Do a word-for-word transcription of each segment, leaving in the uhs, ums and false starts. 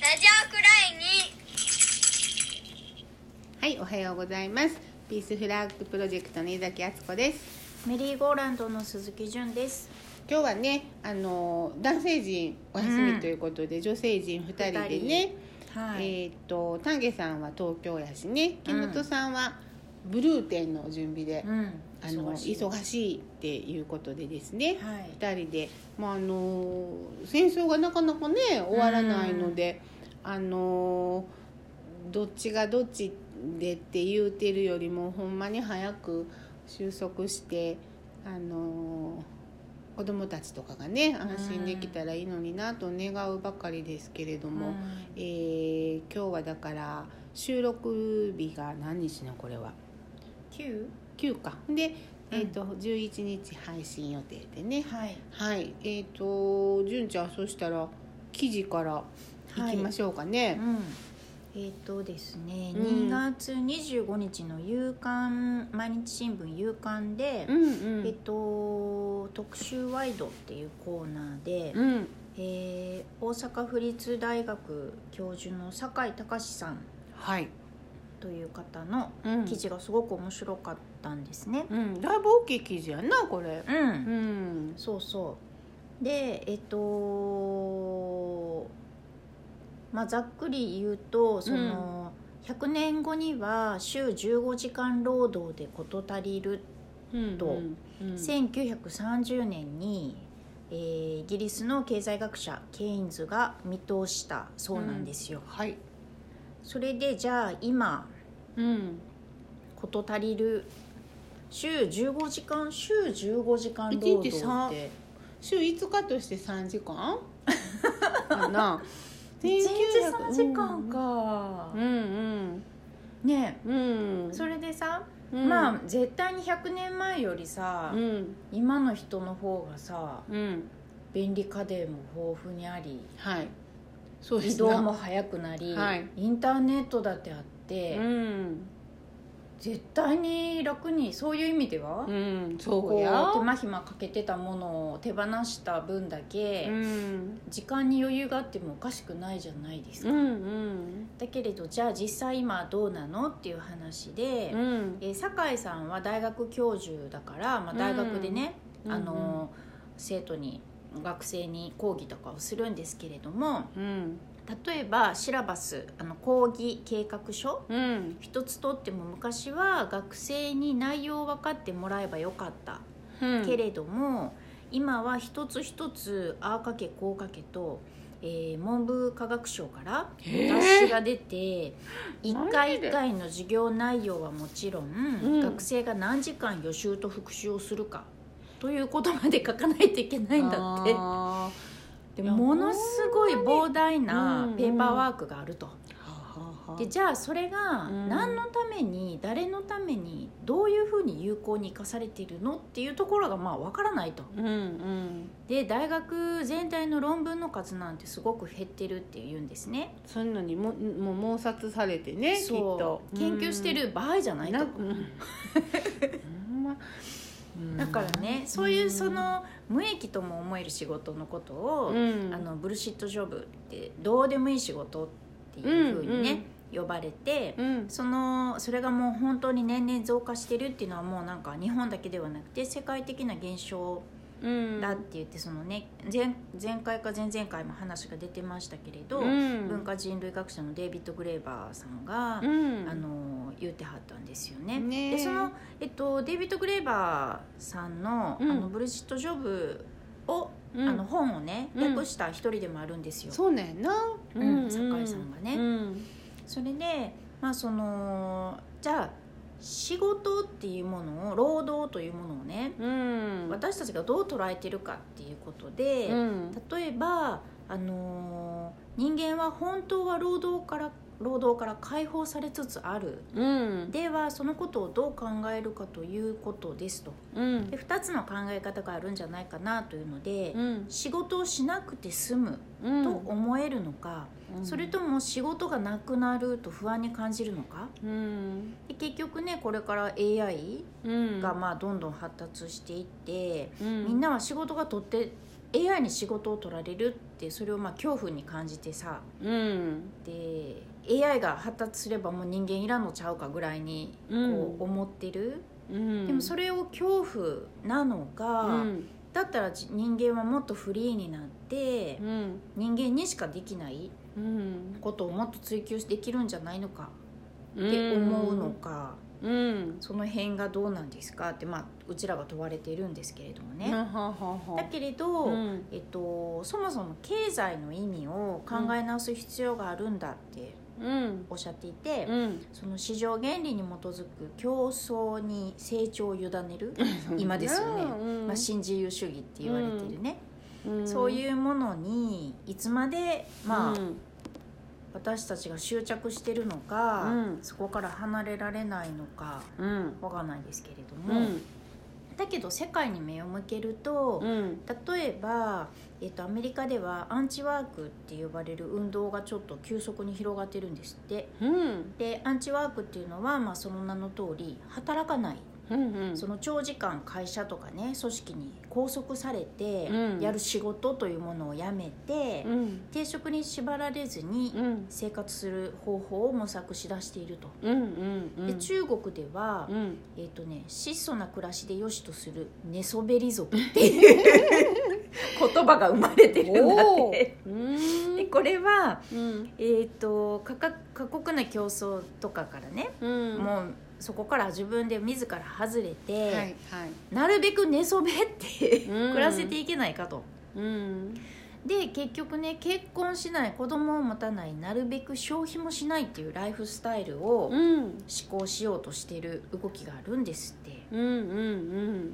ラジオくらいに。 はい、おはようございます。ピースフラッグプロジェクトの井崎敦子です。 メリーゴーランドの鈴木純です。 今日はね、あの男性陣お休みということで、うん、女性陣ふたりでね、はい、えっ、ー、と丹下さんは東京やしね、木本さんはブルー展の準備で、うん、あの忙しい忙しいっていうことでですね、はい、ふたりで、まあ、あの戦争がなかなかね終わらないので、うん、あのどっちがどっちでって言うてるよりもほんまに早く収束して、あの子どもたちとかがね安心できたらいいのになと願うばかりですけれども、うんえー、今日はだから収録日が何日のこれはきゅう? きゅうかで、えー、とじゅういちにち配信予定でね、はい、はい、えっ、ー、と純ちゃんそしたら記事からいきましょうかね、はいうんえーとですね、うん、にがつにじゅうごにちの夕刊毎日新聞夕刊で、うんうんえーと、特集ワイドっていうコーナーで、うんえー、大阪府立大学教授の酒井隆さん、はい、という方の記事がすごく面白かったんですね、 うん、だいぶ大きい記事やなこれ、うんうん、 そうそうでえっ、ー、とまあ、ざっくり言うとその、うん、ひゃくねんごには週じゅうごじかん労働で事足りると、うんうんうん、せんきゅうひゃくさんじゅうねんに、えー、イギリスの経済学者ケインズが見通したそうなんですよ、うんはい、それでじゃあ今、うん、事足りる週じゅうごじかん週じゅうごじかん労働って週いつかとしてさんじかんかないちにちさんじかんか、うん、うんうんねえ、うん、それでさ、うん、まあ絶対にひゃくねんまえよりさ、うん、今の人の方がさ、うん、便利家電も豊富にあり、はい、そうですね、移動も早くなり、はい、インターネットだってあって、うん絶対に楽にそういう意味では、うん、そうや手間暇かけてたものを手放した分だけ、うん、時間に余裕があってもおかしくないじゃないですか、うんうん、だけれどじゃあ実際今どうなのっていう話で、うんえー、酒井さんは大学教授だから、まあ、大学でね、うん、あの生徒に学生に講義とかをするんですけれども、うん例えばシラバスあの講義計画書、うん、一つとっても昔は学生に内容を分かってもらえばよかった、うん、けれども今は一つ一つああかけこうかけと、えー、文部科学省から雑誌が出て一回一回の授業内容はもちろん、うん、学生が何時間予習と復習をするかということまで書かないといけないんだってでものすごい膨大なペーパーワークがあると、うんうん、でじゃあそれが何のために誰のためにどういうふうに有効に生かされているのっていうところがまあ分からないと、うんうん、で大学全体の論文の数なんてすごく減ってるっていうんですねそういうのにももう猛殺されてねきっと研究してる場合じゃないと、うんだからねそういうその無益とも思える仕事のことを、うん、あのブルシットジョブってどうでもいい仕事っていうふうにね、うんうん、呼ばれて、うん、そのそれがもう本当に年々増加してるっていうのはもうなんか日本だけではなくて世界的な現象だって言ってそのね 前, 前回か前々回も話が出てましたけれど、うん、文化人類学者のデイビッド・グレーバーさんが、うん、あの言ってはったんですよね。ねでその、えっと、デイビッド・グレーバーさん の,、うん、あのブルシット・ジョブを、うん、あの本をね訳した一人でもあるんですよ。 そうねんな、 うんうん、酒井さんがね、うん、それでまあそのじゃあ仕事っていうものを労働というものをね、うん、私たちがどう捉えてるかっていうことで、うん、例えば、あのー、人間は本当は労働から労働から解放されつつある、うん、ではそのことをどう考えるかということですと、うん、でふたつの考え方があるんじゃないかなというので、うん、仕事をしなくて済むと思えるのか、うん、それとも仕事がなくなると不安に感じるのか、うん、で結局ねこれから エーアイ がまあどんどん発達していって、うん、みんなは仕事が取ってエーアイ に仕事を取られるってそれをまあ恐怖に感じてさ、 うん、 で エーアイ が発達すればもう人間いらんのちゃうかぐらいにこう思ってる、うん、でもそれを恐怖なのか、うん、だったら人間はもっとフリーになって、うん、人間にしかできないことをもっと追求できるんじゃないのかって思うのか、うん、その辺がどうなんですかって、まあ、うちらが問われているんですけれどもね、だけれど、うんえっと、そもそも経済の意味を考え直す必要があるんだっておっしゃっていて、うん、その市場原理に基づく競争に成長を委ねる今ですよね、うんまあ、新自由主義って言われてるね、うん、そういうものにいつまで、まあうん私たちが執着してるのか、うん、そこから離れられないのか、うん、わからないですけれども、うん、だけど世界に目を向けると、うん、例えば、えっと、アメリカではアンチワークって呼ばれる運動がちょっと急速に広がってるんですって、うん、でアンチワークっていうのは、まあ、その名の通り働かない、うんうん、その長時間会社とかね組織に拘束されてやる仕事というものをやめて、うん、定職に縛られずに生活する方法を模索しだしていると、うんうんうん、で中国では、うんえーとね、質素な暮らしで良しとする寝そべり族っていう言葉が生まれてるんだってでこれは、うんえーと、過, 過酷な競争とかからね、うん、もうそこから自分で自ら外れて、はいはい、なるべく寝そべって暮らせていけないかと、うん、で結局ね結婚しない子供を持たないなるべく消費もしないっていうライフスタイルを思考しようとしている動きがあるんですって、うんうんうん、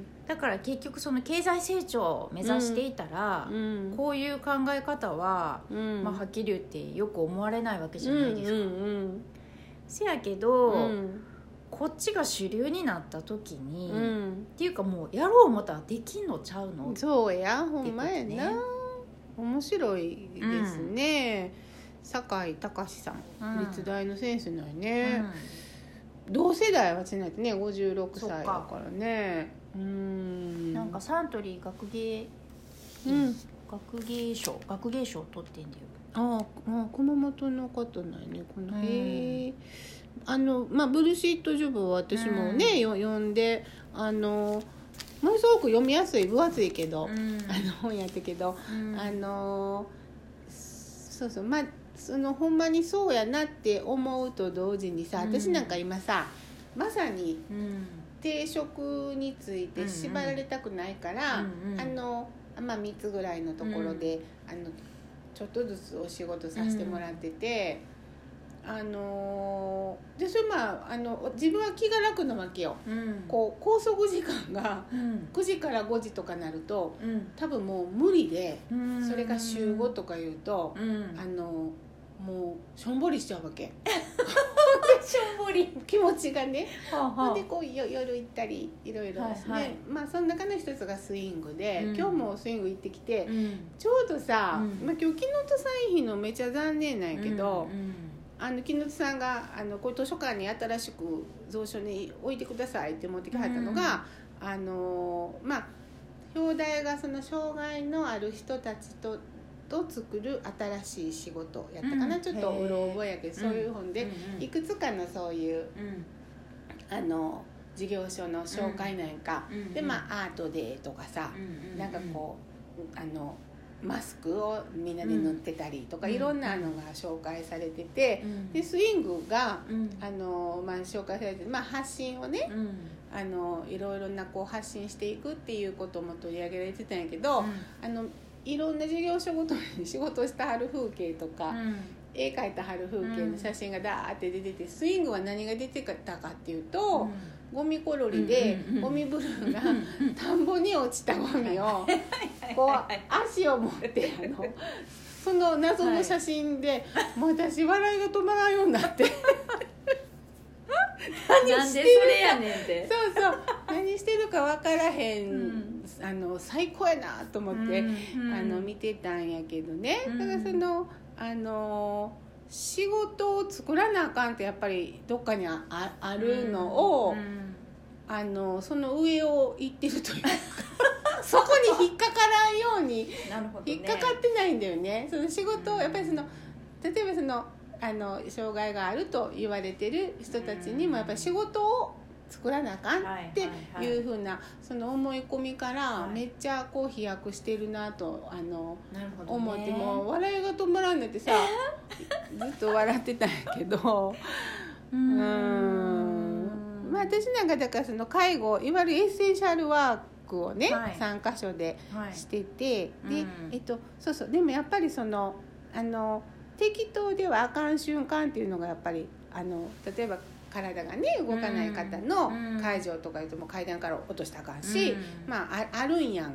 だから結局その経済成長を目指していたら、うん、こういう考え方は、うんまあ、はっきり言ってよく思われないわけじゃないですか、うんうんうん、せやけど、うんこっちが主流になった時に、うん、っていうかもうやろう思ったらできんのちゃうのそうやほんまやな面白いですね、うん、酒井隆さん、うん、立大の先生なんね、うん、同世代は私なんてねごじゅうろくさいだからねうんなんかサントリー学芸、うん、学芸賞学芸賞を取ってんだよああ熊本の方ないねこの、うん、へえあのまあ、ブルシットジョブは私もね、うん、読んであのものすごく読みやすい分厚いけど、うん、あの本やったけど、うん、あのそうそうまあそのほんまにそうやなって思うと同時にさ、うん、私なんか今さまさに定職について縛られたくないから、うんうん、あのまあみっつぐらいのところで、うん、あのちょっとずつお仕事させてもらってて、うんあのー、でそれまああの自分は気が楽なわけよ、うん、こう拘束時間がくじからごじとかなると、うん、多分もう無理で、うん、それが週ごとか言うと、うん、あのもうしょんぼりしちゃうわけしょんぼり気持ちがねほん、はあ、でこう夜行ったりいろいろですね、はいはい、まあその中の一つがスイングで、うん、今日もスイング行ってきて、うん、ちょうどさ、うんまあ、今日木本さんいい日のめっちゃ残念なんやけど、うんうんあの木本さんがあのこう図書館に新しく蔵書に置いてくださいって持ってきはったのが、うん、あのまあ表題がその障害のある人たちとと作る新しい仕事やったかな、うん、ちょっとうろ覚えやけど、そういう本で、うん、いくつかのそういう、うん、あの事業所の紹介なんか、うん、でまあアートデーとかさ、うん、なんかこうあのマスクをみんなで塗ってたりとか、うん、いろんなのが紹介されてて、うん、でスイングが、うんあのまあ、紹介されて、まあ、発信をね、うん、あのいろいろなこう発信していくっていうことも取り上げられてたんやけど、うん、あのいろんな事業所ごとに仕事したはる風景とか、うん、絵描いたはる風景の写真がダーって出てて、スイングは何が出てたかっていうと、うんゴミころりで、うんうんうん、ゴミブルーが田んぼに落ちたゴミをこう足を持ってあのその謎の写真で、はい、もう私笑いが止まらんようになって何してるかなんでそれやねんってそうそう何してるか分からへん、うん、あの最高やなと思って、うんうん、あの見てたんやけどね、だからそのあの仕事を作らなあかんってやっぱりどっかに あ, あるのを、うんうん、あのその上を行ってるというかそこに引っかからんようになるほど、ね、 引っかかってないんだよね。その仕事をやっぱりその例えばそのあの障害があると言われてる人たちにもやっぱり仕事を作らなあかんっていう風なその思い込みからめっちゃこう飛躍してるなとあの思っても笑いが止まらんねってさずっと笑ってたんやけどうーんまあ私なんかだからその介護いわゆるエッセンシャルワークをね、はい、さんかしょでしてて、はい、で、えっとそうそうでもやっぱりそのあの適当ではあかん瞬間っていうのがやっぱりあの例えば体がね動かない方の介助とか言うとも階段から落としたらあかんし、うん、まあ あ, あるんやん、うん、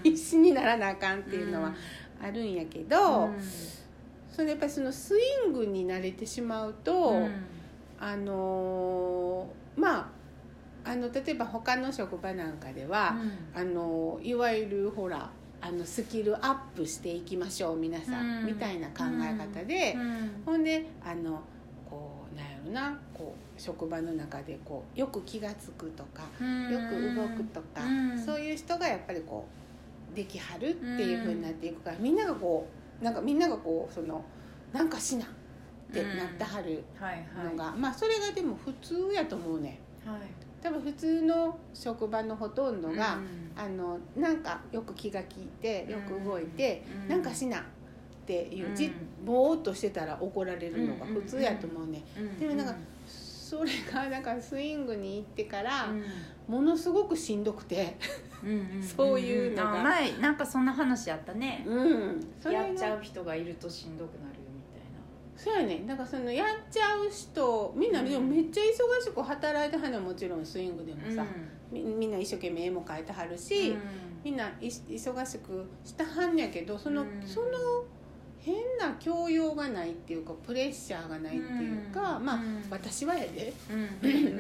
必死にならなあかんっていうのはあるんやけど、うん、それやっぱりそのスイングに慣れてしまうと、うん、あのまああの例えば他の職場なんかでは、うん、あのいわゆるほらあのスキルアップしていきましょう皆さん、うん、みたいな考え方で、うん、ほんであのこうなんやろなこう職場の中でこうよく気がつくとか、うん、よく動くとか、うん、そういう人がやっぱりこうできはるっていう風になっていくから、みんながこうなんかみんながこうそのなんかしなってなってはるのが、うんはいはい、まあそれがでも普通やと思うね、はい、多分普通の職場のほとんどが、うん、あのなんかよく気が利いてよく動いて、うん、なんかしなっていう、うん、じぼーっとしてたら怒られるのが普通やと思うね、うん、でもなんかそれがなんかスイングに行ってから、うん、ものすごくしんどくてそういうのが前なんかそんな話あったね、うん、それやっちゃう人がいるとしんどくなるみたいな。 そうやね、だからそのやっちゃう人みんなでもめっちゃ忙しく働いてはるのはもちろんスイングでもさ、うん、み, みんな一生懸命絵も描いてはるし、うん、みんな忙しくしたはんやけどその、うん、その変な教養がないっていうかプレッシャーがないっていうか、うん、まあ、うん、私はやで、うん、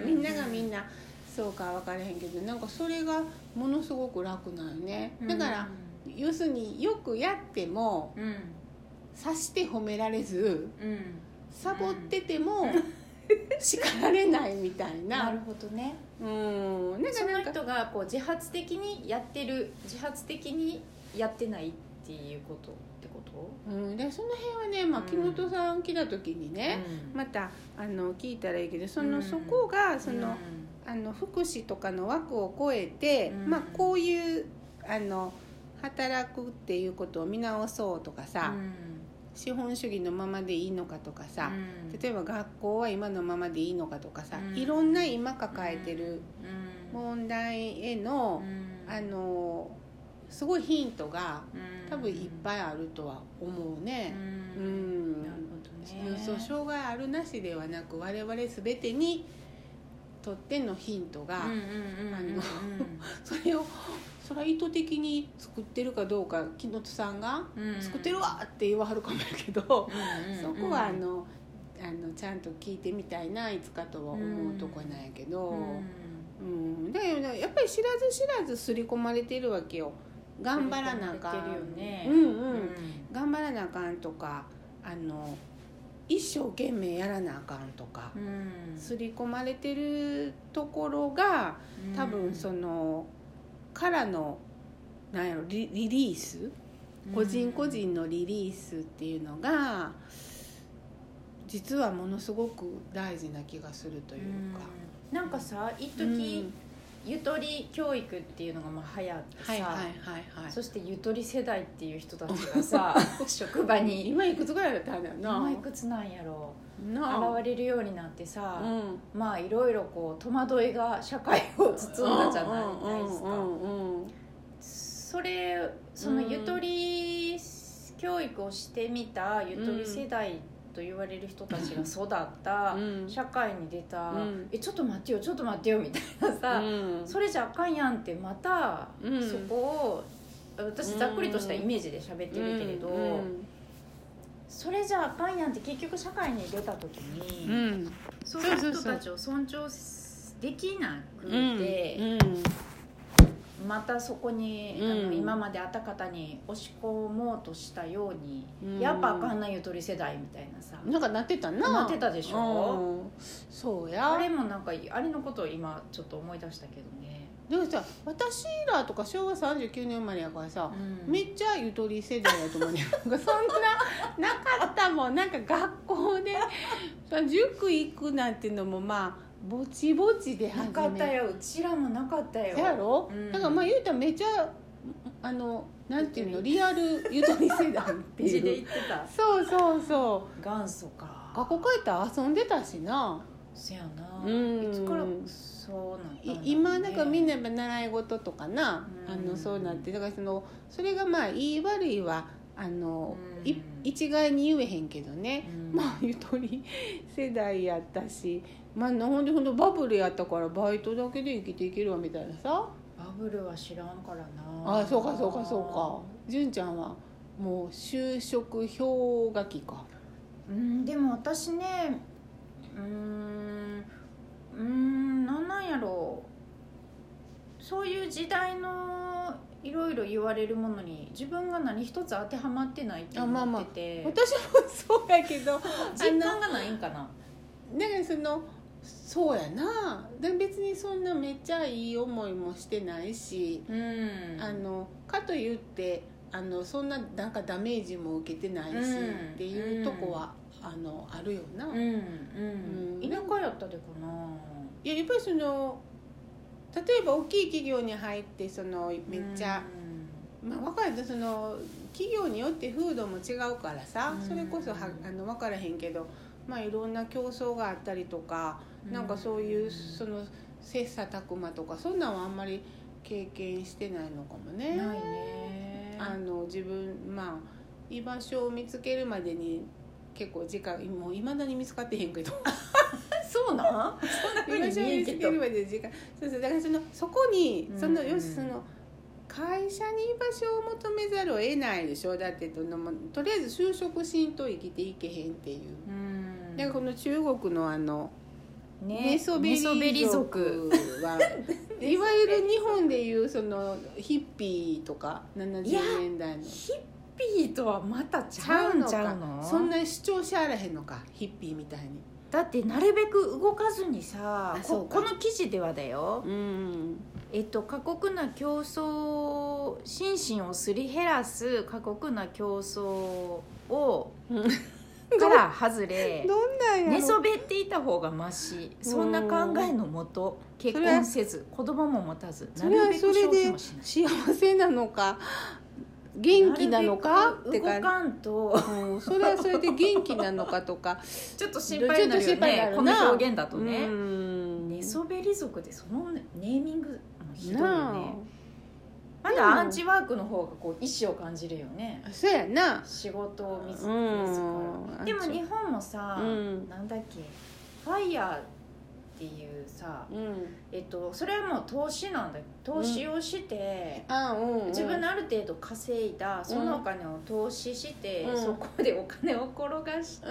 みんながみんなそうか分からへんけどなんかそれがものすごく楽なのね、だから、うん、要するによくやっても、うん、さして褒められず、うん、サボってても、うん、叱られないみたいななるほどね、うん、なんかなんかその人がこう自発的にやってる自発的にやってないっていうことってこと、 うん、でその辺はね、まあ、木本さん来た時にね、うん、またあの聞いたらいいけどその、うん、そこがその、うん、あの福祉とかの枠を超えて、うん、まあ、こういうあの働くっていうことを見直そうとかさ、うん、資本主義のままでいいのかとかさ、うん、例えば学校は今のままでいいのかとかさ、うん、いろんな今抱えてる問題への、うん、あのすごいヒントが多分いっぱいあるとは思うね。うん、うん、なるほどね。そう、障害あるなしではなく我々全てにとってのヒントが、それをそれは意図的に作ってるかどうか木本さんが作ってるわって言わはるかもやけど、うんうん、そこはあのあのちゃんと聞いてみたいないつかとは思うとこなんやけど、うんうん、だよね、やっぱり知らず知らず刷り込まれてるわけよ。頑張らなあかん、ね、うんうんうん、頑張らなあかんとかあの一生懸命やらなあかんとか、うん、刷り込まれてるところが多分その、うん、からのなんやろ リ, リリース個人個人のリリースっていうのが実はものすごく大事な気がするというか、 うん、なんかさ一時、うんゆとり教育っていうのがまあ流行ってさ、はいはいはいはい、そしてゆとり世代っていう人たちがさ職場に今いくつぐらいだったんだよな、 今いくつなんやろう現れるようになってさ、うん、まあいろいろこう戸惑いが社会を包んだじゃないですか。それそのゆとり教育をしてみたゆとり世代と言われる人たちが育った社会に出た、うん、えちょっと待ってよちょっと待ってよみたいなさ、うん、それじゃあかんやんってまたそこを私ざっくりとしたイメージで喋ってるけれど、うんうん、それじゃあかんやんって結局社会に出た時に、うん、そういう人たちを尊重できなくて、うんうんまたそこに、うん、あの今まであった方に押し込もうとしたように、うん、やっぱあかんなゆとり世代みたいなさなんかなってたななってたでしょ、 うん、そうやあれもなんかあれのことを今ちょっと思い出したけどねでもさ私らとかしょうわさんじゅうきゅうねん生まれやからさ、うん、めっちゃゆとり世代やと思うねそんななかったもん。なんか学校で塾行くなんていうのもまあぼちぼちで始めなかったよ。うちらもなかったよ。 やろ、うん、だからまあ言うたらめっちゃあのなんていうのリアルゆとり世代っていう字で言ってた。 そうそうそう元祖か。 学校帰ったら遊んでたしな。 そやな、 うん、 いつからそうなったんだろうね。 今なんかみんな習い事とかな、うん、あのそうなってだからそのそれがまあいい悪いはあの、うん、い一概に言えへんけどね、うん、まあゆとり世代やったし、まあほんでほんとバブルやったからバイトだけで生きていけるわみたいなさ。 バブルは知らんからな。 ああそうかそうかそうか。純ちゃんはもう就職氷河期か。 うんでも私ねうーんうーんなんなんやろう、そういう時代のいろいろ言われるものに自分が何一つ当てはまってないって思ってて、まあまあ、 私もそうやけど実感がないんかな。 だからそのそうやな。で別にそんなめっちゃいい思いもしてないし、うん、あのかといってあのそんななんかダメージも受けてないし、うん、っていうとこは、うん、あのあるよな、うんうんうん、田舎やったでかな。 いややっぱりその例えば大きい企業に入ってそのめっちゃ、うんまあ、分かるとその企業によって風土も違うからさ、うん、それこそはあの分からへんけど、まあ、いろんな競争があったりとか、うん、なんかそういうその切磋琢磨とかそんなんはあんまり経験してないのかもね。 ないね。 あの自分まあ居場所を見つけるまでに結構時間もういまだに見つかってへんけどそうなんそんな風に見えんけどそうそうだからそのそこにその、うん、よしその会社に居場所を求めざるを得ないでしょ。だってとのとりあえず就職しんと生きていけへんっていう、うん、だからこの中国のあの、ね、寝そべり族はいわゆる日本でいうそのヒッピーとかななじゅうねんだいのヒッピーとはまたちゃうんちゃうの。 そんな主張しあらへんのかヒッピーみたいに。 だってなるべく動かずにさ こ, この記事ではだよ、うんえっと、過酷な競争心身をすり減らす過酷な競争をから外れどんなんやろ寝そべっていた方がマシ。そんな考えのもと結婚せず子供も持たずなるべく消費もしない。 幸せなのか元気なのかってか動かんと、 うん、それはそれで元気なのかとかちょっと心配になるよね。この表現だとね。寝そべり族でそのネーミングもひどいよね。まだアンチワークの方がこう意志を感じるよね。 そうやな。 仕事を見つけるから。でも日本もさ、うん、なんだっけファイヤーっていうさ、うん、えっと、それはもう投資なんだ。投資をして、うん、自分のある程度稼いだそのお金を投資して、うん、そこでお金を転がして、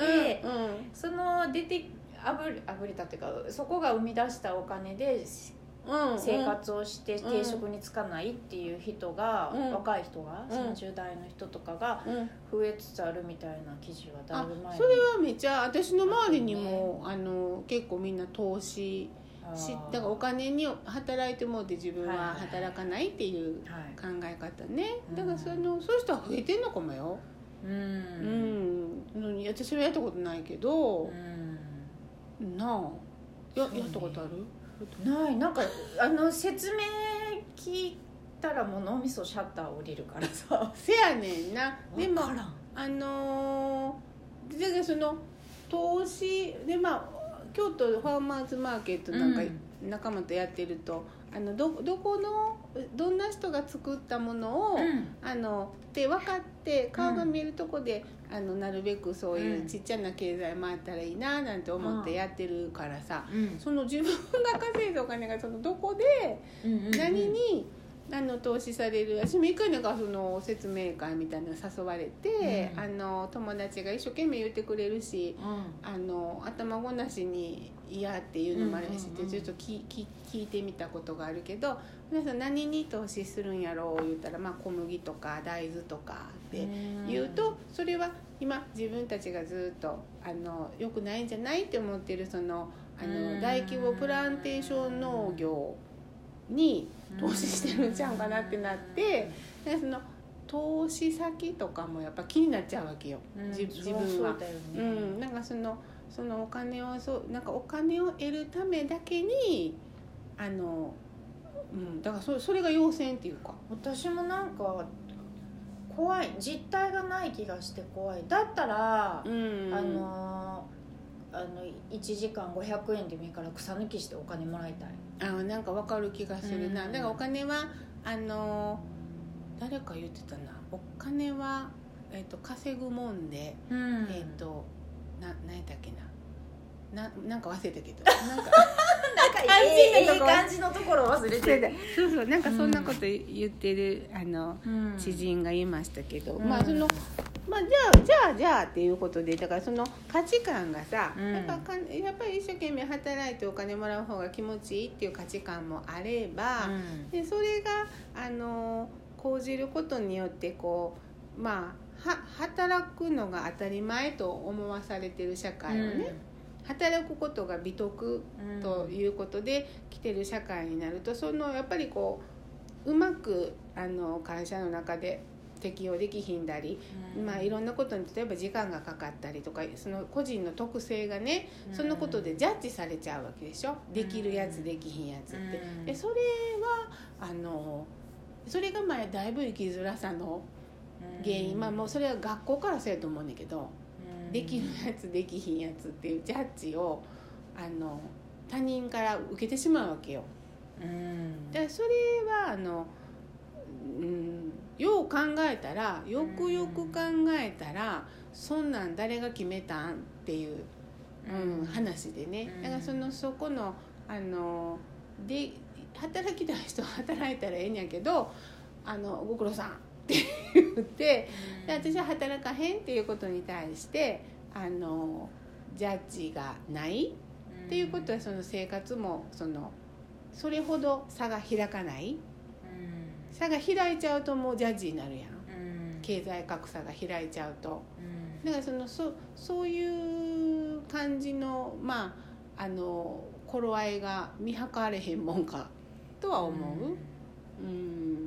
うんうん、その出てあぶり、あぶりたっていうかそこが生み出したお金で生活をして定職に就かないっていう人が、うん、若い人が、うん、さんじゅう代の人とかが増えつつあるみたいな記事はだいぶ前に。 それはめっちゃ私の周りにも、ね、あの結構みんな投資しだからお金に働いてもって自分は働かないっていう考え方ね、はいはい、だからその、うん、そういう人は増えてんのかもよ。うん、うん、私はやったことないけど、うん、なあ や, やったことある？ ない。なんかあの説明聞いたらもう脳みそシャッター降りるからさ。 せやねんな。でもあのー、だからその投資でまあ京都ファーマーズマーケットなんか仲間とやってると、うん、あの ど, どこのどんな人が作ったものを、うん、あのって分かって顔が見えるとこで、うん、あのなるべくそういうちっちゃな経済回ったらいいななんて思ってやってるからさ、うん、その自分が稼いだお金がそのどこで何にあの投資される。私も一回なんかその説明会みたいなの誘われて、うん、あの友達が一生懸命言ってくれるし、うん、あの頭ごなしに嫌っていうのもあるし、うんうんうん、ちょっと聞いてみたことがあるけど、皆さん何に投資するんやろう言ったら、まあ、小麦とか大豆とかって言うと、それは今自分たちがずっとあの良くないんじゃないって思ってるその、あの大規模プランテーション農業に投資してるんちゃうかなってなって、でその投資先とかもやっぱ気になっちゃうわけよ、うん、自分は。そうだよね、うん、なんかそのそのお金をそうなんかお金を得るためだけにあの、うん、だから そ, それが要請っていうか。 私もなんか怖い、実態がない気がして怖い。だったら、うん、あのあのいちじかんごひゃくえんでもいいから草抜きしてお金もらいたい。 あ、なんか分かる気がするな、うん、だからお金はあの誰か言ってたな、お金は、えー、と稼ぐもんで、うん、えっ、ー、とな何やったっけな、ななんか忘れたけどなんかなんかいい感じのところを忘れてそうそう、なんかそんなこと言ってる、うん、あの知人がいましたけど、うん、まあそのまあ、じゃあじゃあじゃあっていうことで、だからその価値観がさ、うん、やっぱかやっぱり一生懸命働いてお金もらう方が気持ちいいっていう価値観もあれば、うん、でそれがあの講じることによってこう、まあ、は働くのが当たり前と思わされてる社会をね、うん、働くことが美徳ということで来てる社会になると、そのやっぱりこううまくあの会社の中で適用できひんだり、うん、まあいろんなことに例えば時間がかかったりとか、その個人の特性がね、うん、そのことでジャッジされちゃうわけでしょ、できるやつできひんやつって、うん、でそれはあのそれがまあだいぶ生きづらさの原因、うん、まあもうそれは学校からそうやと思うんだけど、うん、できるやつできひんやつっていうジャッジをあの他人から受けてしまうわけよ、うん、でそれはあの、うん、よう考えたらよくよく考えたら、うん、そんなん誰が決めたんっていう、うん、話でね、だからそのそこのあので働きたい人は働いたらええんやけど、あのご苦労さんって言って、で私は働かへんっていうことに対してあのジャッジがないっていうことは、その生活もそのそれほど差が開かない、差が開いちゃうともうジャッジになるやん、経済格差が開いちゃうと、だからその そ, そういう感じのまああの頃合いが見計られへんもんかとは思う、うん、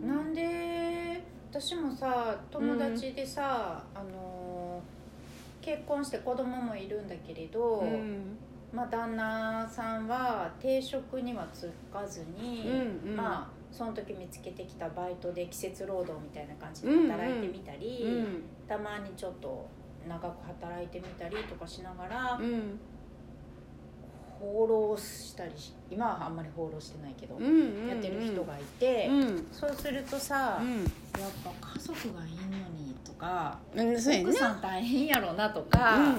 なんで私もさ友達でさ、うん、あの結婚して子供もいるんだけれど、うんまあ、旦那さんは定職には就かずに、うんうん、まあその時見つけてきたバイトで季節労働みたいな感じで働いてみたり、うんうん、たまにちょっと長く働いてみたりとかしながら、うん放浪したりし、今はあんまり放浪してないけど、うんうんうん、やってる人がいて、うん、そうするとさ、うん、やっぱ家族がいんのにとか、うん、奥さん大変やろなとか、うんうんうん、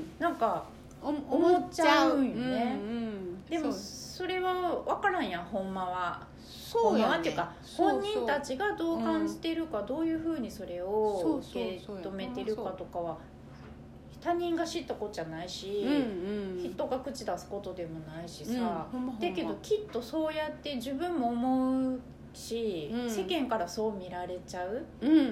なんか思っちゃうんよね、うんうん、でもそれは分からんやん、ほんまはそうやね、ほんまはっていうか本人たちがどう感じてるか、うん、どういうふうにそれを受け止めてるかとかは他人が知ったことじゃないし、うんうん、人が口出すことでもないしさ、うん、だけどきっとそうやって自分も思うし、うん、世間からそう見られちゃう、うんうんうん、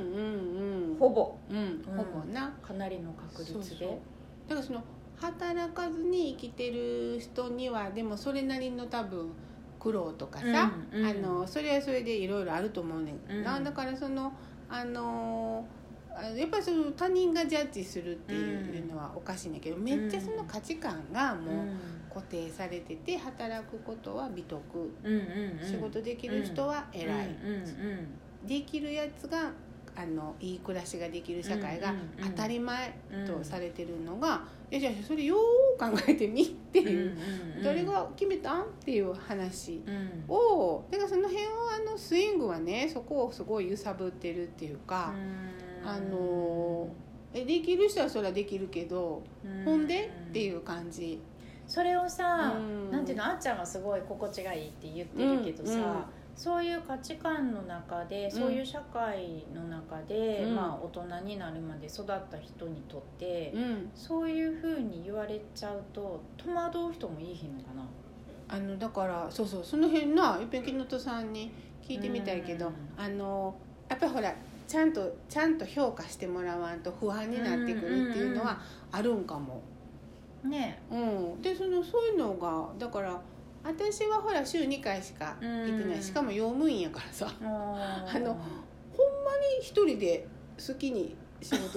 ほぼ、うんうん、ほぼなかなりの確率で、そうそうだからその働かずに生きてる人にはでもそれなりの多分苦労とかさ、うんうん、あのそれはそれでいろいろあると思うねん、うん、だからそのあのやっぱりその他人がジャッジするっていうのはおかしいんだけど、うん、めっちゃその価値観がもう固定されてて、働くことは美徳、うんうんうん、仕事できる人は偉い、うんうんうん、できるやつがあのいい暮らしができる社会が当たり前とされてるのが、いやじゃあそれよう考えてみっていう、うんうんうん、誰が決めたんっていう話を、だからその辺はあのスイングはねそこをすごい揺さぶってるっていうか、うん、あのえできる人はそれはできるけど、うん、ほんでっていう感じ。 それをさ、うん、なんていうの、あっちゃんはすごい心地がいいって言ってるけどさ、うんうん、そういう価値観の中で、そういう社会の中で、うん、まあ、大人になるまで育った人にとって、うん、そういう風に言われちゃうと戸惑う人もいいひんのかな。 あのだからそうそう、その辺な一遍木本さんに聞いてみたいけど、うん、あのやっぱりほらちゃんとちゃんと評価してもらわんと不安になってくるっていうのはあるんかも、 ね、 うん、でそのそういうのがだから私はほら週にかいしか行ってない、しかも用務員やからさ、あのほんまに一人で好きに仕事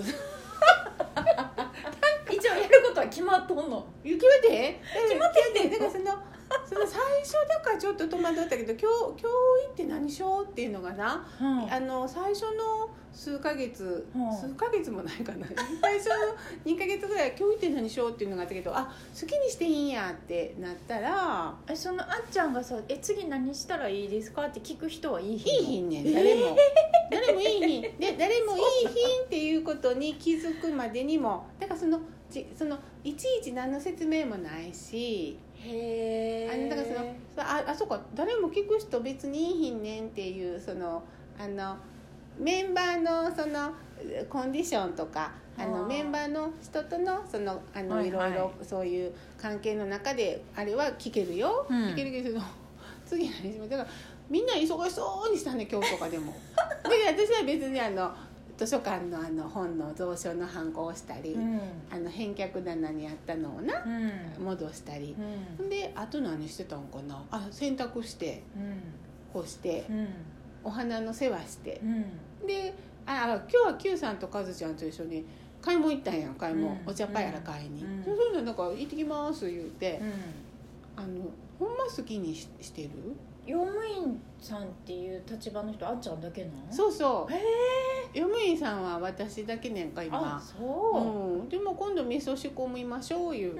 一応やることは決まっとんの？ 決めて決まってんねん。 だからそのその最初だからちょっと戸惑ったけど、今日今日行って何しようっていうのがな、うん、あの最初の数ヶ月、うん、数ヶ月もないかな最初のにかげつぐらい今日行って何しようっていうのがあったけど、あ、好きにしていいんやってなったら、 えそのあっちゃんがさえ次何したらいいですかって聞く人はいいひん？ いいひんねん、誰も、えー、誰もいいひんで、誰もいいひんっていうことに気づくまでにも、だからそのそのいちいち何の説明もないし、 へあのだからそのああそうか、誰も聞く人別にいいひんねんっていう、そのあのメンバーのそのコンディションとか、あのメンバーの人とのそのあの、はいはい、いろいろそういう関係の中であれは聞けるよ、うん、聞けるけど次何しますだからみんな忙しそうにしたね今日とかでもで私は別にあの図書館のあの本の蔵書の版行をしたり、うん、あの返却棚にあったのをな、うん、戻したり、うん、であと何してたんかなあ洗濯して、うん、干して、うん、お花の世話して、うん、であ今日は Q さんとカズちゃんと一緒に買い物行ったんやん買い物、うん、お茶っ葉やら買いに、うん、そういうのなんか行ってきます言うて、うん、あのほんま好きに し, してる用務員さんっていう立場の人あっちゃんだけなの？ そうそう、 へ用務員さんは私だけねんか今。 あそう、 うん、でも今度味噌仕込みましょう言って、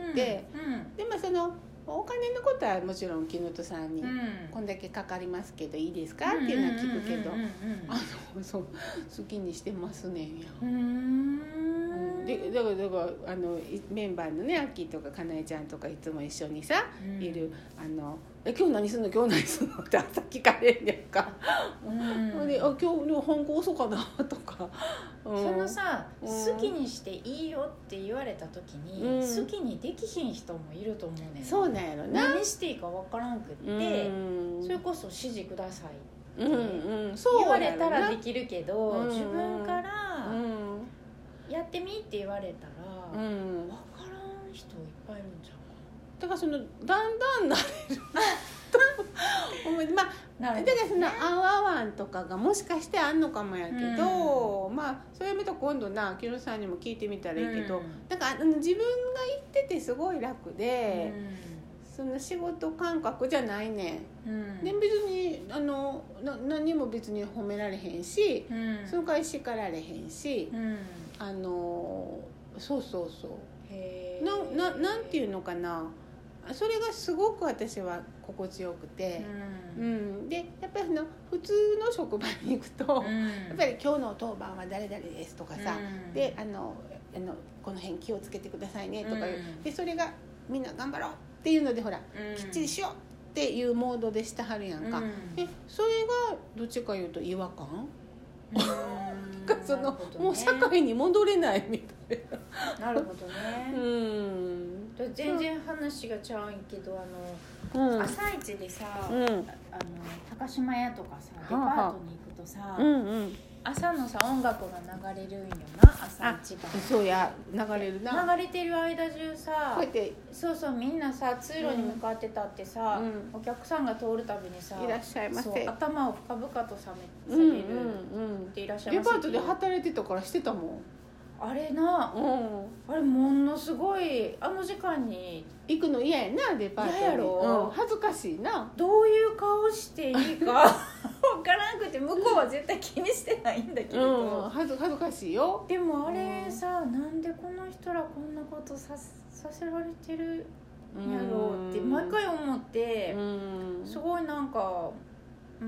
うんうん、でもそのお金のことはもちろん木本さんに、うん、こんだけかかりますけどいいですかっていうのは聞くけど、あのそう好きにしてますねんや。うーんでだからだからあのメンバーのねアッキーとかかなえちゃんとかいつも一緒にさ、うん、いるあのえ今日何すんの今日何すんのって朝聞かれんねんか、うん、であ今日の反抗遅かなとか、 うん、そのさ、うん、好きにしていいよって言われた時に、うん、好きにできひん人もいると思うねん。 そうなんやろな、 何していいか分からんくって、うん、それこそ指示くださいって、 うんうん、 そう言われたらできるけど、うん、自分からやってみって言われたら、うん、分からん人いっぱいいるんちゃうか。 だからそのだんだん慣れるまあ、だからそのあわわんとかがもしかしてあんのかもやけど、うん、まあそれやめたら今度な木野さんにも聞いてみたらいいけど、うん、だから自分が言っててすごい楽で、うん、その仕事感覚じゃないねん、うん、で別にあのな何も別に褒められへんし、うん、その代わり叱られへんし、うん、あのそうそうそうへなななんていうのかな、それがすごく私は心地よくて、うんうん、でやっぱりの普通の職場に行くと、うん、やっぱり今日の当番は誰々ですとかさ、うん、であのあのこの辺気をつけてくださいねとかいう、うん、でそれがみんな頑張ろうっていうのでほら、うん、きっちりしようっていうモードでしてはるやんか、うん、でそれがどっちかいうと違和感、うん、その、ね、もう社会に戻れないみたいな。なるほどね。うん全然話がちゃうんけどあの、うん、朝一でさ、うん、あの高島屋とかさデパートに行くとさ、はあうんうん、朝のさ音楽が流れるんよな朝一番。 そうや流れるな。 流れてる間中さこうやってそうそうみんなさ通路に向かってたってさ、うん、お客さんが通るたびにさいらっしゃいませ頭を深々とさめされるっていらっしゃいませ。デパートで働いてたからしてたもんあれな、うん、あれものすごいあの時間に行くの嫌やなデパートに。嫌やろ、うん、恥ずかしいな。 どういう顔していいか分からなくて向こうは絶対気にしてないんだけど、 うん、恥ず、恥ずかしいよ。 でもあれさ、うん、なんでこの人らこんなことさ、させられてるんやろうって毎回思って、うん、すごいなんか、うん、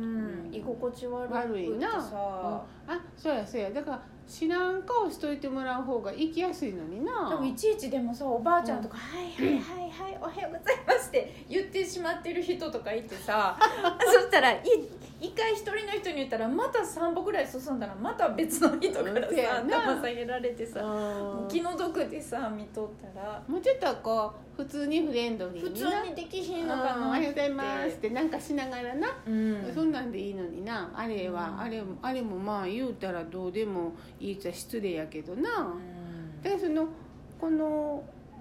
居心地悪くてさ、悪いな、うん、あそうやそうやだから知らん顔しといてもらう方が行きやすいのにな。 でもいちいちでもさおばあちゃんとか、うん、はいはいはいはいおはようございますって言ってしまってる人とかいてさそしたらい一回一人の人に言ったらまたさん歩ぐらい進んだらまた別の人からさ頭下げられてさ気の毒でさ見とったらもうちょっとこう普通にフレンドリーに普通にできひんのかな。 おはようございますってなんかしながらな、うん、そんなんでいいのにな。あれは、うん、あれもあれもまあ言うたらどうでもいいっちゃ失礼やけどな、うん、だからそのこの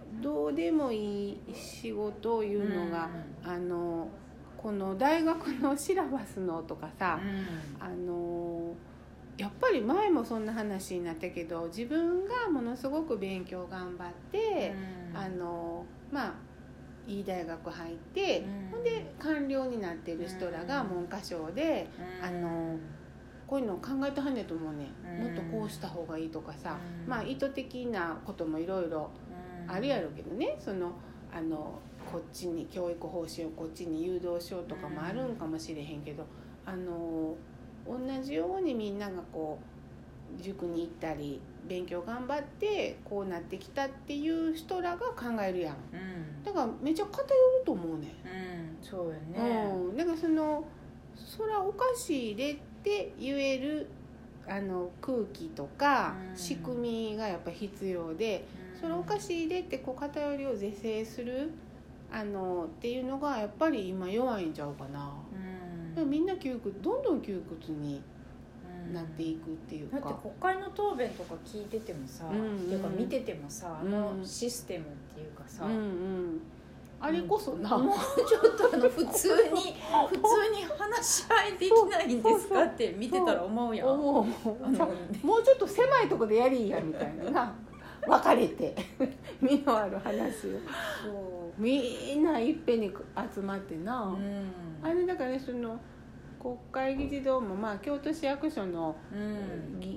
どうでもいい仕事をいうのが、うん、あのこの大学のシラバスのとかさ、うん、あのやっぱり前もそんな話になったけど、自分がものすごく勉強頑張って、うん、あのまあいい大学入って、うん、ほんで官僚になってる人らが文科省で、うん、あのこういうのを考えてはんねんと思うね、うん、もっとこうした方がいいとかさ、うん、まあ意図的なこともいろいろあるやろうけどね、そのあのこっちに教育方針をこっちに誘導しようとかもあるんかもしれへんけど、あの同じようにみんながこう塾に行ったり勉強頑張ってこうなってきたっていう人らが考えるやん、うん、だからめちゃ偏ると思うね、 うん、そうよね、 うん、だからそのそらおかしいでって言えるあの空気とか仕組みがやっぱ必要で、うん、それおかしいでってこう偏りを是正するあのっていうのがやっぱり今弱いんちゃうかな、うん、みんな窮屈どんどん窮屈になっていくっていうか、 だって国会の答弁とか聞いててもさ、うんうん、っていうか見ててもさ、あのシステムっていうかさ、 うんうん、あれこそな、 もうちょっとあの普通に普通に話し合いできないんですかって見てたら思うやん。思うあのもうちょっと狭いとこでやりやみたいなな分かれて身のある話をそうみんないっぺんに集まってな、うん、あれだからね、その国会議事堂も、まあ、京都市役所の、うん、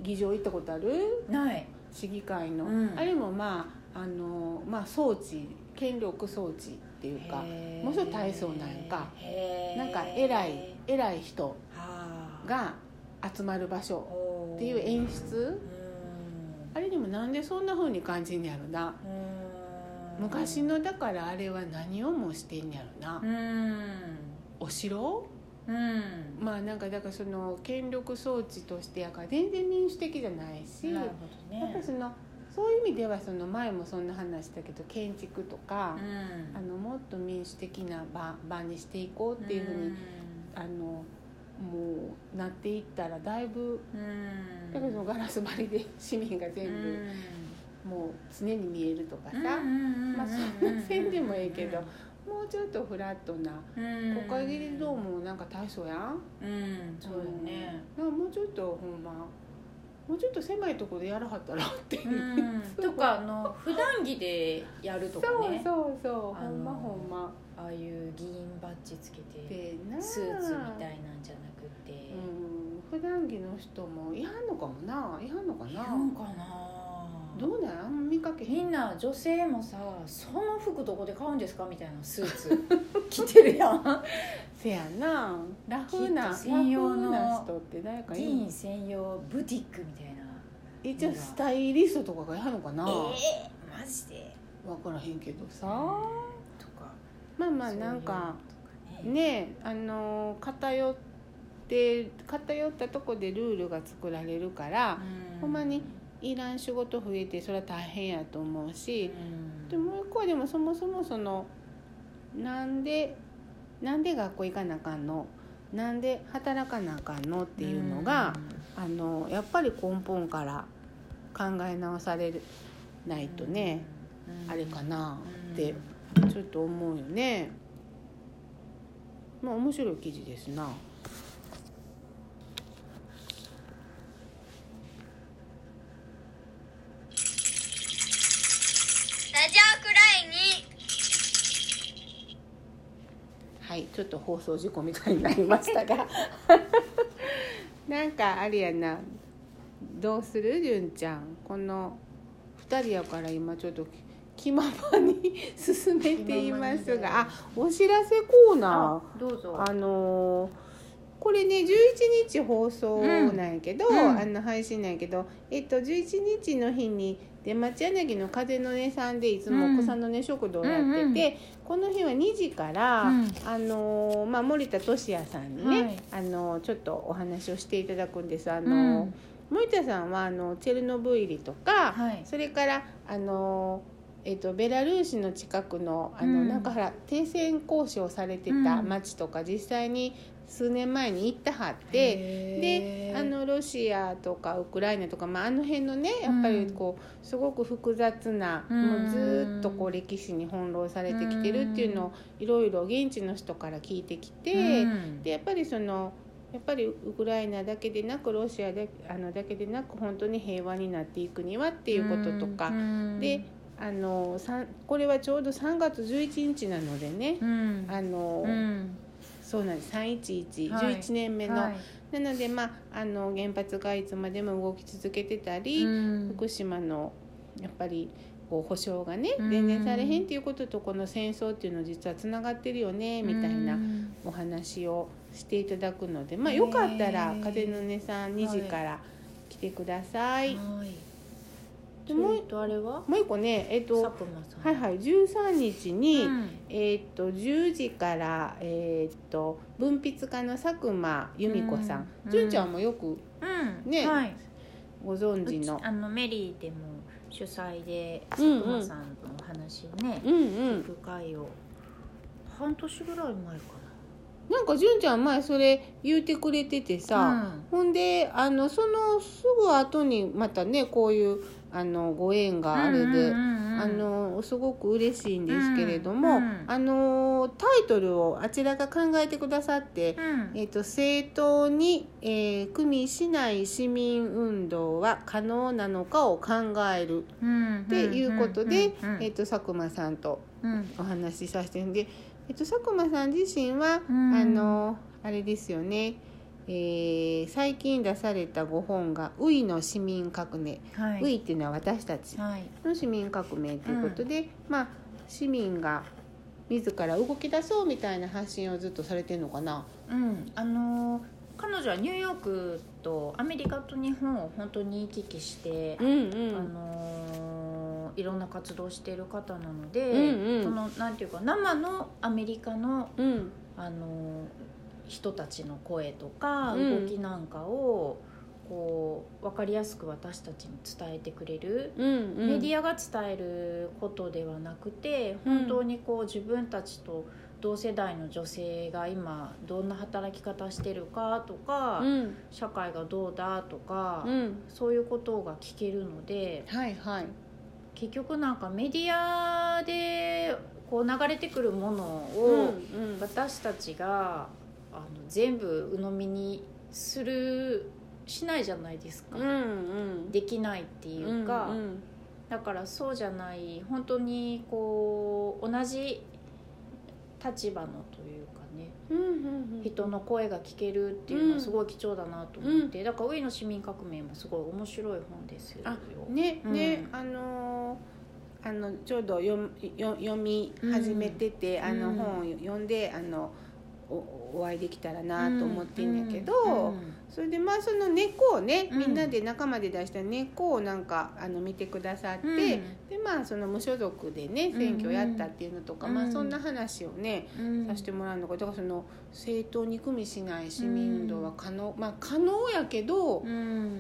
議場行ったことある？ ない市議会の、うん、あれもまああの、まあ、装置権力装置っていうかもうちょっと大層なんかなんか偉い偉い人が集まる場所っていう演出、あれでもなんでそんな風に感じんやろな、昔のだからあれは何をもしてんやろな、お城、うん、まあなんかだからその権力装置としてやから全然民主的じゃないし、なるほどね、やっぱそのそういう意味ではその前もそんな話したけど建築とか、うん、あのもっと民主的な 場, 場にしていこうっていうふうに、うん、あのもうなっていったらだいぶ、うん、だけどガラス張りで市民が全部、うん、もう常に見えるとかさ、まあそんな線でもええけど、もうちょっとフラットな、うん、国会議事堂もなんか大層やん、 うん、そうだね、 うん、なんかもうちょっとほんまもうちょっと狭いところでやらはったらっていう、 うん、とかあの普段着でやるとかね、 そうそうそう、ほんまほんま、 ああいう議員バッジつけてスーツみたいなんじゃなくて、 うん、普段着の人もいはんのかもな、いはんのかな、いはんかな、 どうなん、あんま見かけへん。 みんな女性もさ、その服どこで買うんですかみたいなスーツ着てるやんせやな、ラフな専用の人って誰かいる、 議員専用ブティックみたいな、 一応スタイリストとかがやるのかな、 えー、マジで分からへんけどさ、うん、とかまあまあなんかね、ね、あの偏って偏ったとこでルールが作られるから、うん、ほんまにいらん仕事増えてそれは大変やと思うし、うん、でもう一個はでもそもそもそのなんでなんで学校行かなあかんの、なんで働かなあかんのっていうのが、うん、あのやっぱり根本から考え直されないとね、うん、あれかなってちょっと思うよね。まあ面白い記事ですな。はい、ちょっと放送事故みたいになりましたがなんかあれやな、どうする純ちゃん、このふたりやから今ちょっと気ままに進めていますが、あ、お知らせコーナー、どうぞ。 あのー、これねじゅういちにち放送なんやけど、うん、あの配信なんやけど、えっとじゅういちにちの日に出町柳の風の音さんでいつも草の根食堂をやってて、うんうんうん、この日はにじから、うん、あのまあ、森田俊也さんにね、はい、あのちょっとお話をしていただくんです。あの、うん、森田さんはあのチェルノブイリとか、はい、それからあの、えっと、ベラルーシの近くの、あの、うん、なんかほら停戦交渉されてた町とか、実際に数年前に行ったはってであのロシアとかウクライナとか、まあ、あの辺のねやっぱりこうすごく複雑な、うん、もうずっとこう歴史に翻弄されてきてるっていうのをいろいろ現地の人から聞いてきて、うん、でやっぱりそのやっぱりウクライナだけでなくロシアであのだけでなく本当に平和になっていくにはっていうこととか、うん、であのこれはちょうどさんがつじゅういちにちなのでね、うん、あの、うん、そうなんですさんいちいち、はい、じゅういちねんめの、はい、なので、まあ、あの原発がいつまでも動き続けてたり、うん、福島のやっぱりこう保障がね全然されへんっていうこととこの戦争っていうの実はつながってるよねみたいなお話をしていただくので、まあ、よかったら風の音さんにじから来てください。はい、でもうあれはもう一個ね、えっとはいはい、じゅうさんにちに、うん、えっとじゅうじから、えっと文筆家の佐久間由美子さん、うん、純ちゃんもよく、うん、ね、はい、ご存知のあのメリーでも主催で佐久間さんのお話をね、うんうん、聞く会を半年ぐらい前かな。なんか純ちゃん前それ言うてくれててさ、うん、ほんであのそのすぐ後にまたねこういうあのご縁があれで、うんうんうんうん、あのすごく嬉しいんですけれども、うんうん、あのタイトルをあちらが考えてくださって、うん、えーと、政党に、えー、組みしない市民運動は可能なのかを考える、うん、っていうことで、うんうん、えーと、佐久間さんとお話しさせてるんで、えーと、佐久間さん自身は、うん、あのあれですよね、えー、最近出されたご本がウイの市民革命、はい、ウイっていうのは私たちの市民革命ということで、はい、うん、まあ市民が自ら動き出そうみたいな発信をずっとされてるのかな。 うん、あの彼女はニューヨークとアメリカと日本を本当に行き来して、うんうん、あのいろんな活動をしている方なので、うんうん、そのなんていうか生のアメリカの、うん、あの人たちの声とか動きなんかをこう分かりやすく私たちに伝えてくれる、うんうん、メディアが伝えることではなくて本当にこう自分たちと同世代の女性が今どんな働き方してるかとか、うん、社会がどうだとか、うん、そういうことが聞けるので、はいはい、結局なんかメディアでこう流れてくるものを私たちがあの全部鵜呑みにするしないじゃないですか、うんうん、できないっていうか、うんうん、だからそうじゃない本当にこう同じ立場のというかね、うんうんうん、人の声が聞けるっていうのはすごい貴重だなと思って、うん、だからウイの市民革命もすごい面白い本ですよ。 あね、うん、ね、あのー、あのちょうど読、読み始めてて、うん、あの本を読んであのお, お会いできたらなと思ってんやけど、うんうん、それでまあその根っこをね、うん、みんなで仲間で出した根っこをなんかあの見てくださって、うん、でまあその無所属でね選挙やったっていうのとか、うん、まあそんな話をね、うん、させてもらうのか、だからその政党に組みしない市民運動は可能、まあ可能やけど、うん、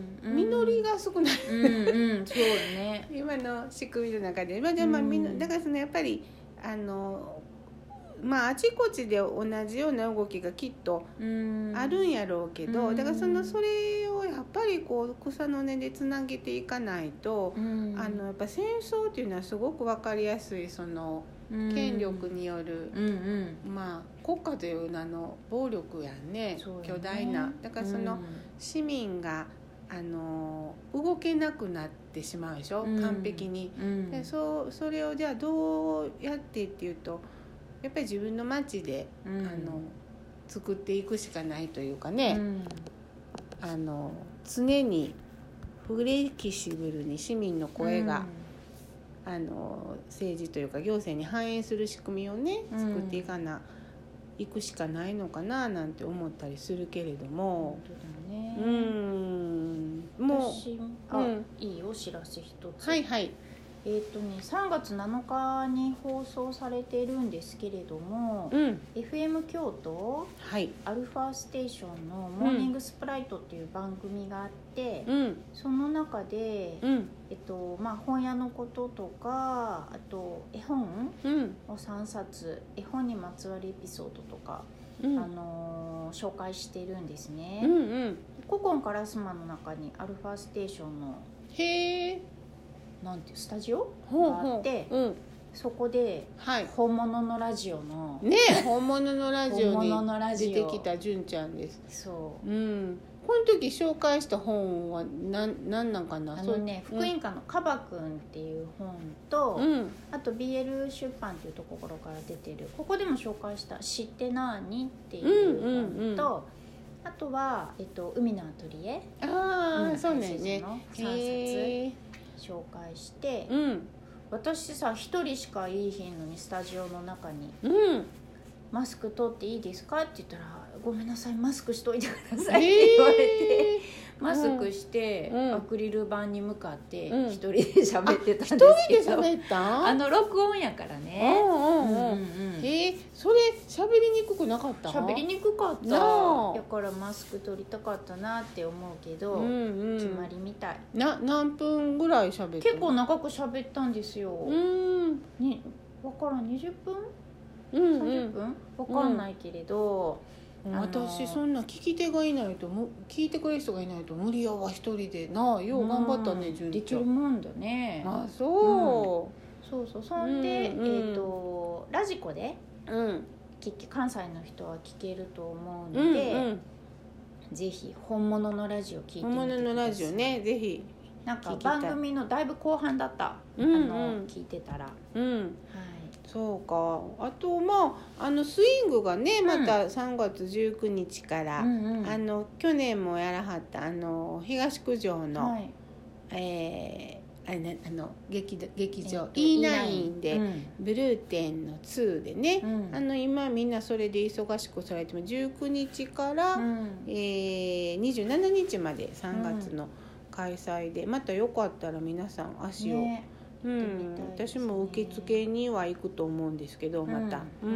実りが少ない、うんうん、そうね今の仕組みの中で、まあでもまあみんなだからそのやっぱりあのまあ、あちこちで同じような動きがきっとあるんやろうけど、だからそのそれをやっぱりこう草の根でつなげていかないと、あのやっぱ戦争っていうのはすごく分かりやすいその権力による、まあ、国家という名の暴力やんね、巨大な。だからその市民があの動けなくなってしまうでしょ、完璧に。で そ, それをじゃあどうやってっていうとやっぱり自分の街で、うん、あの作っていくしかないというかね、うん、あの常にフレキシブルに市民の声が、うん、あの政治というか行政に反映する仕組みをね作っていかな、いくしかないのかななんて思ったりするけれども、本当だね、うん、もう私あ、うん、 いいお知らせ一つ。 はいはい。 えーとね、さんがつなのかに放送されているんですけれども、うん、エフエム 京都、はい、アルファステーションのモーニングスプライトっていう番組があって、うん、その中で、うんえっとまあ、本屋のこととかあと絵本をさんさつ、絵本にまつわるエピソードとか、うんあのの紹介してるんですね、 うんうん、 古今カラスマの中にアルファステーションのへーなんていうスタジオほうほうがあって、 うん、 そこで本物のラジオの、 ね本物のラジオ本物のラジオに出てきた純ちゃんです。 そう、 うん、この時紹介した本は何なんなんかな。 あのね、福音家のカバくんっていう本と、うん、あと ビーエル 出版っていうところから出てる、ここでも紹介した知ってなーにっていう本と、うんうんうん、あとは、えっと、海のアトリエ、 ああ、うん、そうねねさんさつ紹介して、うん、私さ一人しかいいひんのにスタジオの中に、うん、マスク取っていいですかって言ったら、ごめんなさいマスクしといてくださいって言われて、えー、マスクして、うん、アクリル板に向かって一人で喋ってたんですけど、 一人で喋ったあの録音やからね、うんうんうんうん、 えー、それ喋りにくくなかった？ 喋りにくかった。だからマスク取りたかったなって思うけど、うんうん、決まりみたいな。何分ぐらい喋った？ 結構長く喋ったんですよ。うんに分からんにじゅっぷん、うんうん、さんじゅっぷん分かんないけれど、 うん、私そんな聞き手がいないと聞いてくれる人がいないと無理やわ一人でな。よう頑張ったね、純ちゃん。 できるもんだね。 あ、そう、 うん、そうそう。そんで、うんうん、えーとラジコで、うん、関西の人は聞けると思うので、うんうん、ぜひ本物のラジオ聞いてみてください。 本物のラジオね、ぜひ。 なんか番組のだいぶ後半だった、うんうん、あの聞いてたら、うん、はい、 そうか。あとまああのスイングがね、またさんがつじゅうくにちから、うんうん、あの去年もやらはったあの東九条の、はい、えー、あれね、あの 劇, 劇場、えー、イーナイン で、うん、ブルーテンのツーでね、うん、あの今みんなそれで忙しくされてもじゅうくにちから、うん、えー、にじゅうしちにちまでさんがつの開催で、またよかったら皆さん足を、ね、うん、私も受付には行くと思うんですけど、また、うんうんうん、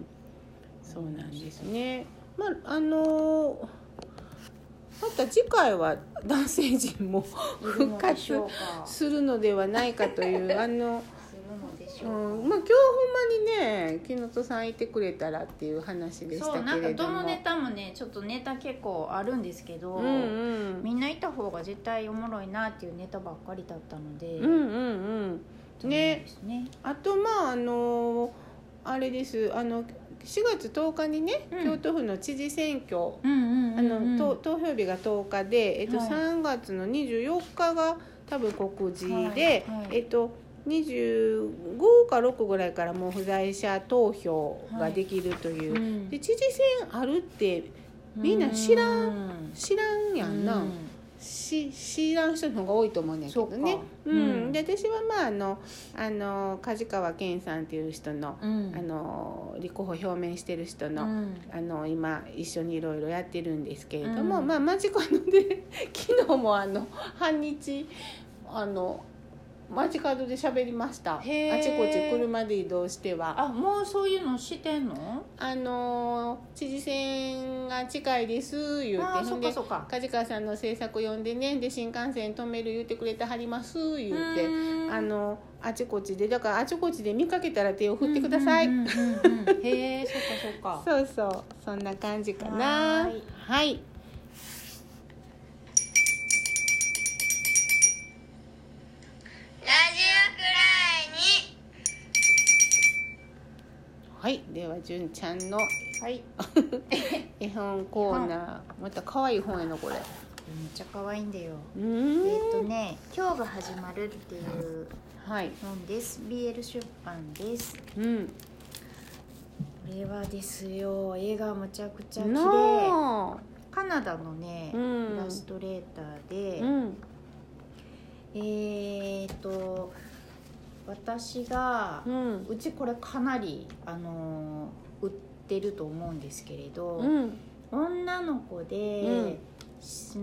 そうなんですね。まああのまた次回は男性陣も復活するのではないかというあのうん、まあ今日ほんまにね木本さんいてくれたらっていう話でしたけれども、そうなんかどのネタもねちょっとネタ結構あるんですけど、うんうん、みんないた方が絶対おもろいなっていうネタばっかりだったので、うんうんうんね、ね、あとまああのあれですあのしがつとおかにね、うん、京都府の知事選挙、うんうんうんうん、あの投票日がとおかで、えっと、はい、さんがつのにじゅうよっかが多分告示で、はいはい、えっとにじゅうごかろくぐらいからもう不在者投票ができるという、はい、うん、で知事選あるってみんな知らん知らんやんな、うん、し知らん人の方が多いと思うんだけどね、う、うん、で私はまああのあの梶川健さんっていう人の、うん、あの立候補表明してる人の、うん、あの今一緒にいろいろやってるんですけれども、うん、まあ間近ので昨日もあの半日あの街角で喋りました。あちこち車で移動しては。 あ、もうそういうのしてんの？ あの知事選が近いです言うて、ほんで梶川さんの政策読んでね、で新幹線止める言うてくれてはります言うて、あのあちこちでだからあちこちで見かけたら手を振ってください。へえ、そうかそうか。そうそうそんな感じかな。はい。はいはい、では純ちゃんの、はい、絵本コーナー、また可愛い本やなこれ。めっちゃ可愛いんだよ。えっとね、今日が始まるっていう本です。はい、ビーエル 出版です。うん。これはですよ、絵がむちゃくちゃ綺麗。カナダのね、うん、イラストレーターで、うん、えっと。私が、うん、うちこれかなり、あのー、売ってると思うんですけれど、うん、女の子で、うん、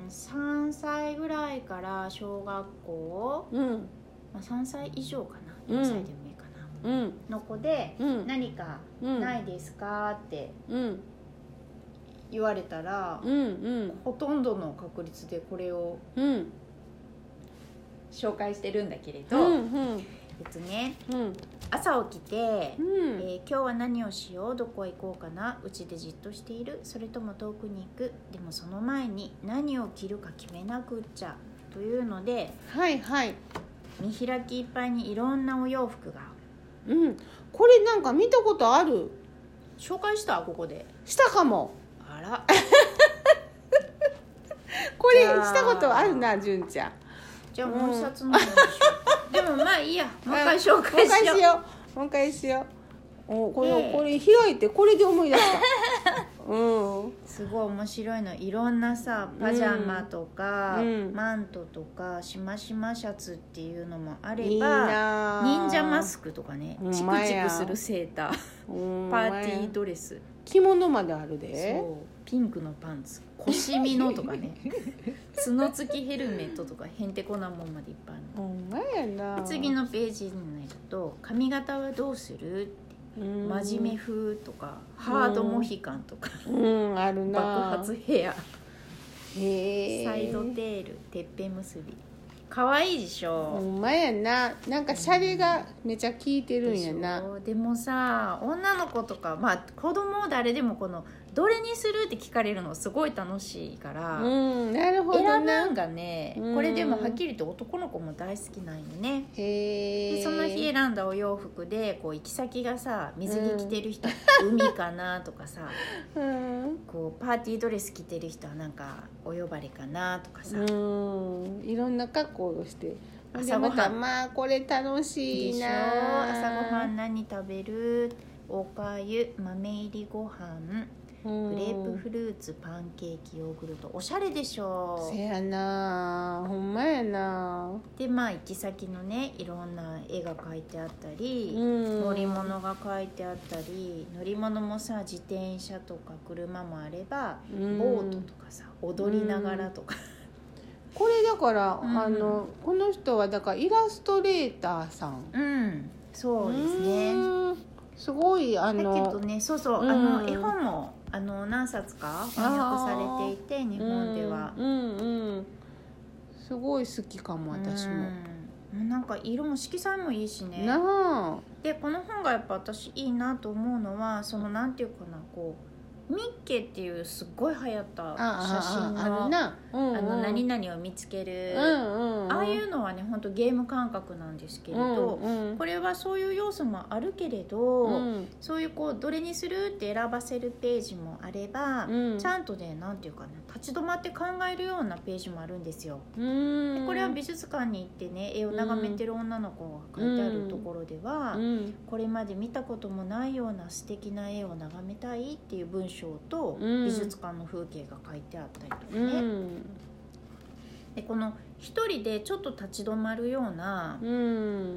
さんさいぐらいから小学校、うんまあ、さんさい以上かな、よんさいでもいいかな、うん、の子で、うん、何かないですかって言われたら、うんうん、ほとんどの確率でこれを、うん紹介してるんだけれど、うんうん、 別ね、 うん、 朝起きて、 うんえー、今日は何をしよう、どこへ行こうかな、うちでじっとしている、それとも遠くに行く、でもその前に何を着るか決めなくっちゃというので、 はいはい、 見開きいっぱいにいろんなお洋服が、 うん、これなんか見たことある。 紹介したここでしたかも。 あらこれしたことあるな、純ちゃん。 じゃあもう一冊のでしょうでもまあいいや、もう一回紹介しよう。もう一回しよう。おこれ、えー、これ開いてこれで思い出した、うん、すごい面白いの。いろんなさパジャマとか、うん、マントとかしましまシャツっていうのもあれば、いいな、忍者マスクとかね、チクチクするセーター、パーティードレス、 着物まであるで。 そう、ピンクのパンツ、腰みのとかね角付きヘルメットとかへんてこなもんまでいっぱいあるの。 ほんまやな。 次のページになると、髪型はどうするって、真面目風とかハードモヒカンとか、 うん、あるな、 爆発ヘア、 へサイドテール、てっぺん結び、かわいいでしょ。 ほんまやな。なんかシャレがめちゃ効いてるんやな。 で, でもさ、女の子とか、まあ子供誰でもこのどれにするって聞かれるのすごい楽しいから、 うん、なるほどね、 選ぶんがね、うん、これでもはっきり言って男の子も大好きなんよね。 へでその日選んだお洋服でこう行き先がさ、水着着てる人、うん、海かなとかさ、うん、こうパーティードレス着てる人はなんかお呼ばれかなとかさ、うん、 いろんな格好をして、 朝ごはん、 まあこれ楽しいな。 でしょ。朝ごはん何食べる、おかゆ、豆入りご飯、グレープフルーツ、パンケーキ、ヨーグルト、おしゃれでしょ。 せやな、ほんまやな。 でまあ行き先のね、いろんな絵が描いてあったり、乗り物が描いてあったり、乗り物もさ、自転車とか車もあれば、ボートとかさ、踊りながらとか、 これだから、うん、あのこの人はだからイラストレーターさん、 うん、そうですね。 すごい、あのだけどね、そうそう、うん、あの絵本もあの何冊か翻訳されていて、日本では、 うんうんうん、すごい好きかも、私も。 うん、なんか色も色彩もいいしね。 なあ。 でこの本がやっぱ私いいなと思うのは、そのなんていうかな、こうミッケっていうすっごい流行った写真の あ, あ, あ, な、うんうん、あの何々を見つける、うんうんうん、ああいうのはね、本当ゲーム感覚なんですけれど、うんうん、これはそういう要素もあるけれど、うん、そういうこうどれにするって選ばせるページもあれば、うん、ちゃんとね、なんていうかな、立ち止まって考えるようなページもあるんですよ。うん、でこれは美術館に行ってね、絵を眺めてる女の子が描いてあるところでは、うん、これまで見たこともないような素敵な絵を眺めたいっていう文章と美術館の風景が書いてあったりとかね、うん、でこの一人でちょっと立ち止まるような、うん、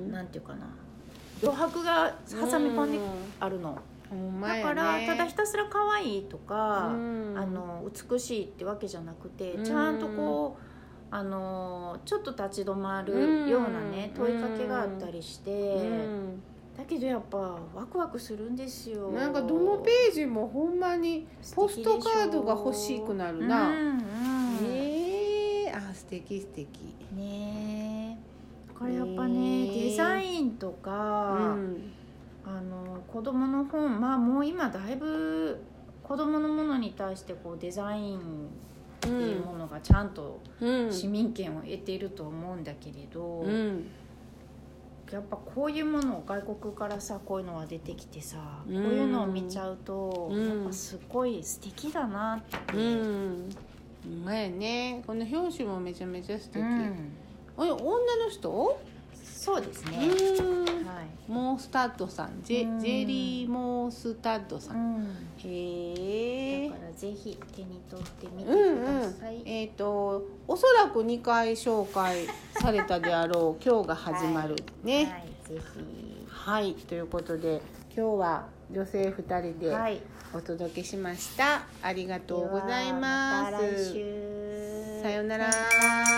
なんていうかな、余白が挟み込んであるの、うん、だからただひたすら可愛いとか、うん、あの美しいってわけじゃなくて、ちゃんとこうあのちょっと立ち止まるようなね、問いかけがあったりして、うんだけどやっぱワクワクするんですよ。 なんかどのページもほんまにポストカードが欲しくなるな。うんうん、えー、あ、素敵素敵ね。これやっぱね、デザインとか、うん、あの子供の本、まあもう今だいぶ子供のものに対してこうデザインっていうものがちゃんと市民権を得ていると思うんだけれど、うん、やっぱこういうものを外国からさ、こういうのが出てきてさ、うん、こういうのを見ちゃうと、うん、やっぱすごい素敵だなって。うん、 うまいね。この表紙もめちゃめちゃ素敵。うん、あれ、女の人？ そうですね。 はい、モースタッドさん、ジェ、ジェリーモースタッドさん。うん、へえ。 だからぜひ手に取ってみてください。 うんうん、えっとおそらくにかい紹介されたであろう今日が始まるね。はい、はい、ぜひ。はい、ということで今日は女性ふたりでお届けしました。はい、ありがとうございます。 また来週。 さようなら。